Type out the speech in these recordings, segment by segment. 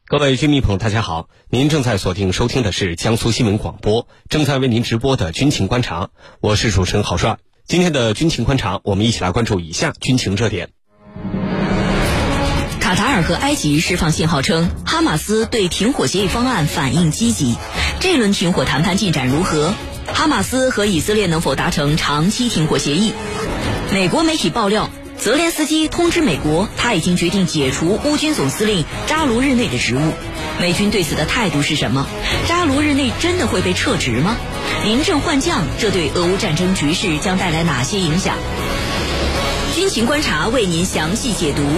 各位军迷朋友大家好，您正在锁定收听的是江苏新闻广播，正在为您直播的军情观察，我是主持人郝帅。今天的军情观察，我们一起来关注以下军情热点。 卡塔尔和埃及释放信号称，哈马斯对停火协议方案反应积极。这轮停火谈判进展如何？哈马斯和以色列能否达成长期停火协议？美国媒体爆料，泽连斯基通知美国，他已经决定解除乌军总司令扎卢日内的职务。美军对此的态度是什么？扎卢日内真的会被撤职吗？临阵换将，这对俄乌战争局势将带来哪些影响？军情观察为您详细解读。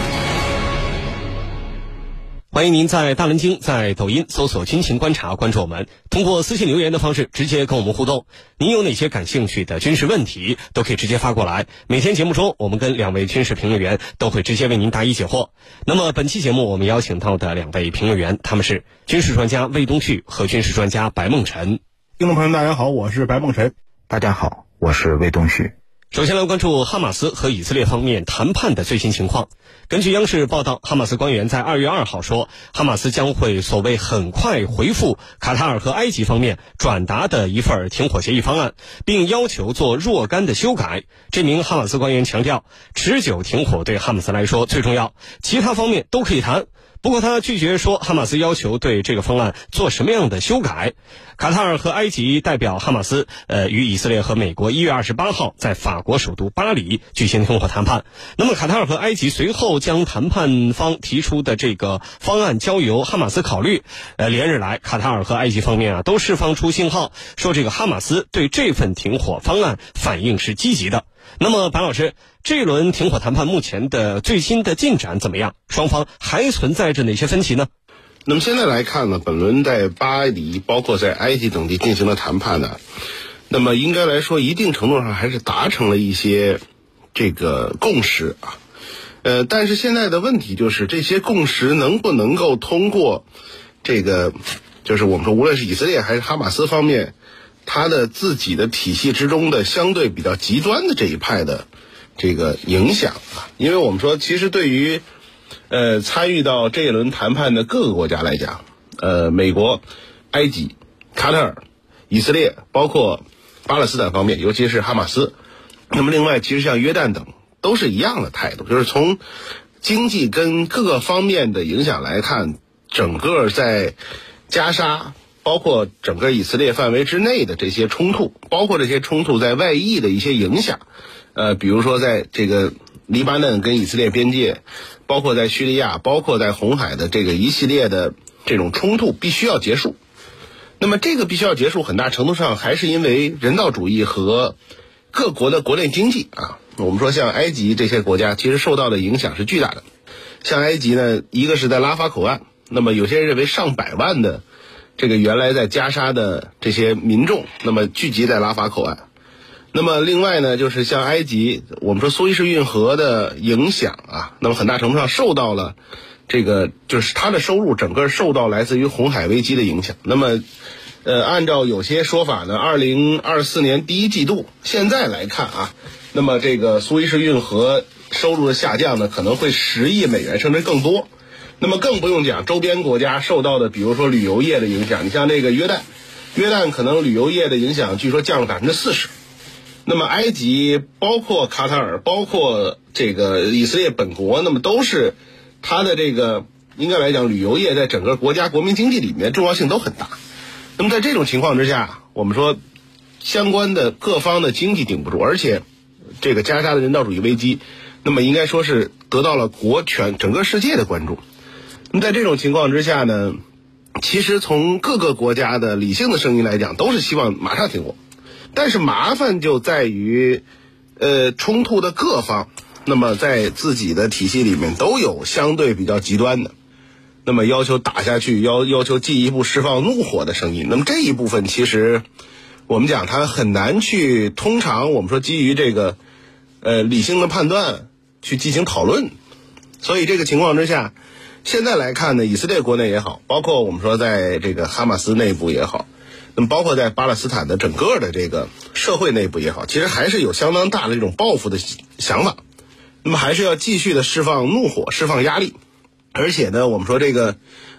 欢迎您在大蓝鲸、在抖音搜索军情观察，关注我们，通过私信留言的方式直接跟我们互动。您有哪些感兴趣的军事问题，都可以直接发过来。每天节目中，我们跟2位军事评论员都会直接为您答疑解惑。那么本期节目我们邀请到的2位评论员，他们是军事专家魏东旭和军事专家白梦辰。 听众朋友大家好，我是白梦辰。 大家好，我是魏东旭。 首先来关注哈马斯和以色列方面谈判的最新情况。根据央视报道，哈马斯官员在2月2号说，哈马斯将会所谓很快回复卡塔尔和埃及方面转达的一份停火协议方案，并要求做若干的修改。这名哈马斯官员强调，持久停火对哈马斯来说最重要，其他方面都可以谈。不过他拒绝说哈马斯要求对这个方案做什么样的修改。卡塔尔和埃及代表哈马斯与以色列和美国1月28号在法国首都巴黎举行停火谈判。那么卡塔尔和埃及随后将谈判方提出的这个方案交由哈马斯考虑。连日来卡塔尔和埃及方面都释放出信号，说这个哈马斯对这份停火方案反应是积极的。那么白老师，这轮停火谈判目前的最新的进展怎么样？双方还存在着哪些分歧呢？ 那么现在来看呢，本轮在巴黎包括在埃及等地进行的谈判呢，那么应该来说一定程度上还是达成了一些这个共识啊。但是现在的问题就是这些共识能不能够通过这个，就是我们说无论是以色列还是哈马斯方面，他的自己的体系之中的相对比较极端的这一派的这个影响啊。因为我们说其实对于参与到这一轮谈判的各个国家来讲，美国、埃及、卡塔尔、以色列，包括巴勒斯坦方面，尤其是哈马斯，那么另外其实像约旦等都是一样的态度，就是从经济跟各个方面的影响来看，整个在加沙包括整个以色列范围之内的这些冲突，包括这些冲突在外溢的一些影响，比如说在这个黎巴嫩跟以色列边界，包括在叙利亚，包括在红海的这个一系列的这种冲突必须要结束。那么这个必须要结束，很大程度上还是因为人道主义和各国的国内经济啊。我们说像埃及这些国家其实受到的影响是巨大的。像埃及呢，一个是在拉法口岸，那么有些人认为上百万的这个原来在加沙的这些民众，那么聚集在拉法口岸。那么另外呢，就是像埃及，我们说苏伊士运河的影响啊，那么很大程度上受到了这个，就是它的收入整个受到来自于红海危机的影响。那么按照有些说法呢，2024年第一季度现在来看啊，那么这个苏伊士运河收入的下降呢，可能会10亿美元甚至更多。那么更不用讲周边国家受到的，比如说旅游业的影响，你像这个约旦可能旅游业的影响据说降了40%。那么埃及包括卡塔尔包括这个以色列本国，那么都是它的这个应该来讲旅游业在整个国家国民经济里面重要性都很大。那么在这种情况之下，我们说相关的各方的经济顶不住，而且这个加沙的人道主义危机，那么应该说是得到了整个世界的关注。那么在这种情况之下呢，其实从各个国家的理性的声音来讲，都是希望马上停火。但是麻烦就在于冲突的各方那么在自己的体系里面都有相对比较极端的，那么要求打下去，要求进一步释放怒火的声音。那么这一部分其实我们讲它很难去，通常我们说基于这个理性的判断去进行讨论。所以这个情况之下，现在来看呢，以色列国内也好，包括我们说在这个哈马斯内部也好，那么包括在巴勒斯坦的整个的这个社会内部也好，其实还是有相当大的这种报复的想法。那么还是要继续的释放怒火，释放压力。而且呢，我们说这个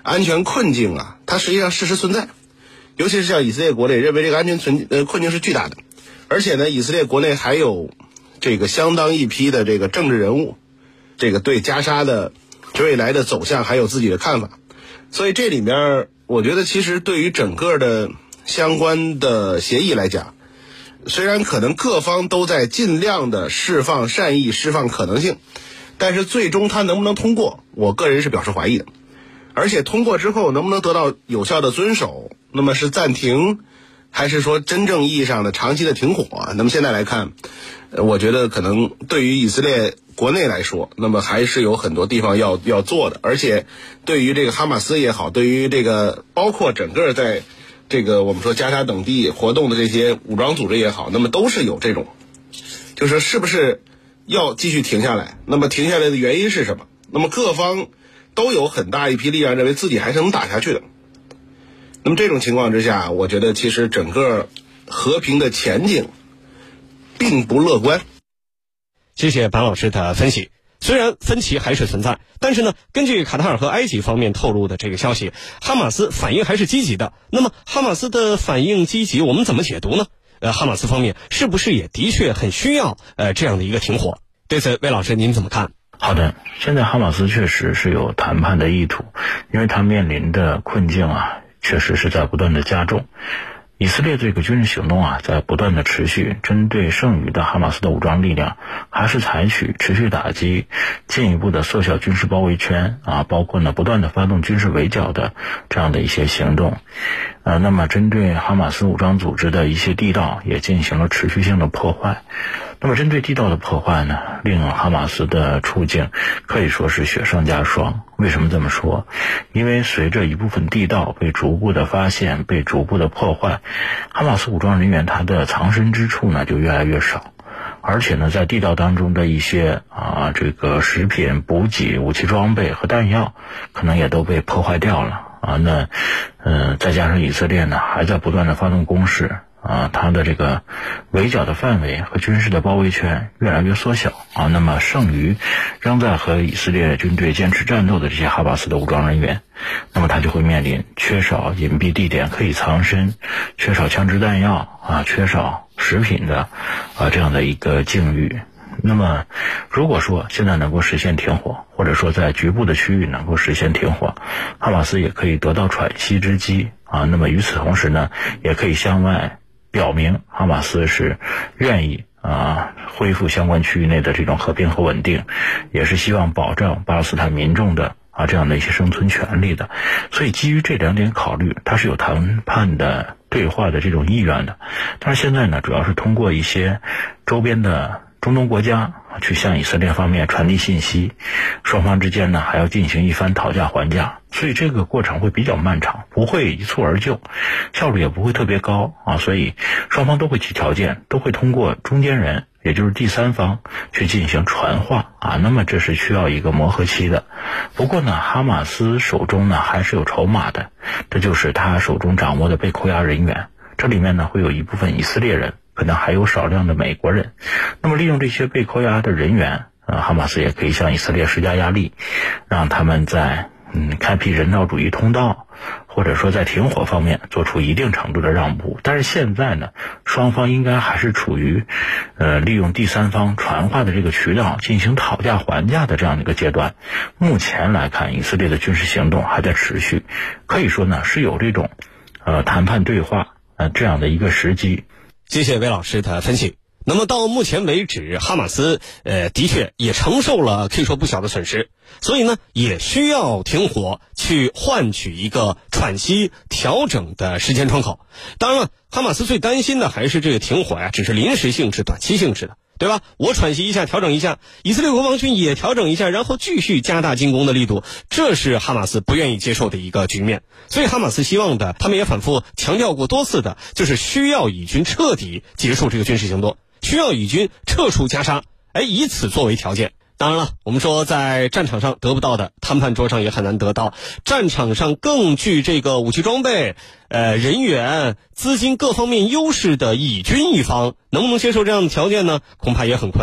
安全困境啊，它实际上事实存在，尤其是像以色列国内认为这个安全困境是巨大的，而且呢，以色列国内还有这个相当一批的这个政治人物，这个对加沙的未来的走向还有自己的看法，所以这里面我觉得其实对于整个的相关的协议来讲，虽然可能各方都在尽量的释放善意、释放可能性，但是最终它能不能通过，我个人是表示怀疑的。而且通过之后能不能得到有效的遵守，那么是暂停还是说真正意义上的长期的停火？那么现在来看，我觉得可能对于以色列国内来说，那么还是有很多地方要做的，而且对于这个哈马斯也好，对于这个包括整个在这个我们说加沙等地活动的这些武装组织也好，那么都是有这种，就是是不是要继续停下来？那么停下来的原因是什么？那么各方都有很大一批力量认为自己还是能打下去的。那么这种情况之下，我觉得其实整个和平的前景并不乐观。 谢谢白老师的分析。虽然分歧还是存在，但是呢，根据卡塔尔和埃及方面透露的这个消息，哈马斯反应还是积极的。那么哈马斯的反应积极，我们怎么解读呢？哈马斯方面是不是也的确很需要这样的一个停火？对此，魏老师您怎么看？ 好的，现在哈马斯确实是有谈判的意图，因为他面临的困境啊，确实是在不断的加重。以色列这个军事行动啊，在不断的持续，针对剩余的哈马斯的武装力量，还是采取持续打击，进一步的缩小军事包围圈啊，包括呢不断的发动军事围剿的这样的一些行动。那么针对哈马斯武装组织的一些地道也进行了持续性的破坏。那么针对地道的破坏呢，令哈马斯的处境可以说是雪上加霜。为什么这么说？因为随着一部分地道被逐步的发现，被逐步的破坏，哈马斯武装人员他的藏身之处呢就越来越少，而且呢在地道当中的一些这个食品、补给、武器装备和弹药可能也都被破坏掉了再加上以色列呢还在不断的发动攻势它的这个围剿的范围和军事的包围圈越来越缩小那么剩余仍在和以色列军队坚持战斗的这些哈马斯的武装人员，那么他就会面临缺少隐蔽地点可以藏身，缺少枪支弹药缺少食品的这样的一个境遇。那么如果说现在能够实现停火，或者说在局部的区域能够实现停火，哈马斯也可以得到喘息之机那么与此同时呢，也可以向外表明哈马斯是愿意恢复相关区域内的这种和平和稳定，也是希望保障巴勒斯坦民众的这样的一些生存权利的。所以基于这两点考虑，它是有谈判的对话的这种意愿的。但是现在呢，主要是通过一些周边的中东国家去向以色列方面传递信息，双方之间呢还要进行一番讨价还价，所以这个过程会比较漫长，不会一蹴而就，效率也不会特别高所以双方都会提条件，都会通过中间人，也就是第三方去进行传话那么这是需要一个磨合期的。不过呢，哈马斯手中呢还是有筹码的，这就是他手中掌握的被扣押人员，这里面呢会有一部分以色列人，可能还有少量的美国人。那么利用这些被扣押的人员哈马斯也可以向以色列施加压力，让他们在开辟人道主义通道，或者说在停火方面做出一定程度的让步。但是现在呢，双方应该还是处于利用第三方传话的这个渠道进行讨价还价的这样的一个阶段。目前来看，以色列的军事行动还在持续，可以说呢是有这种谈判对话这样的一个时机。 谢谢魏老师的分析。那么到目前为止，哈马斯的确也承受了可以说不小的损失，所以呢也需要停火去换取一个喘息调整的时间窗口。当然了，哈马斯最担心的还是这个停火只是临时性质、短期性质的，对吧？我喘息一下，调整一下，以色列国防军也调整一下，然后继续加大进攻的力度，这是哈马斯不愿意接受的一个局面。所以哈马斯希望的，他们也反复强调过多次的，就是需要以军彻底结束这个军事行动，需要以军撤出加沙，以此作为条件。当然了，我们说在战场上得不到的，谈判桌上也很难得到。战场上更具这个武器装备、人员、资金各方面优势的以军一方，能不能接受这样的条件呢？恐怕也很困难。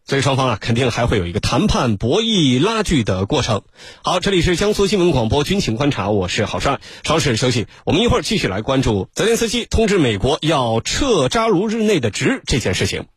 所以双方肯定还会有一个谈判博弈拉锯的过程。好，这里是江苏新闻广播军情观察，我是郝帅，稍事休息，我们一会儿继续来关注泽连斯基通知美国要撤扎卢日内的职这件事情。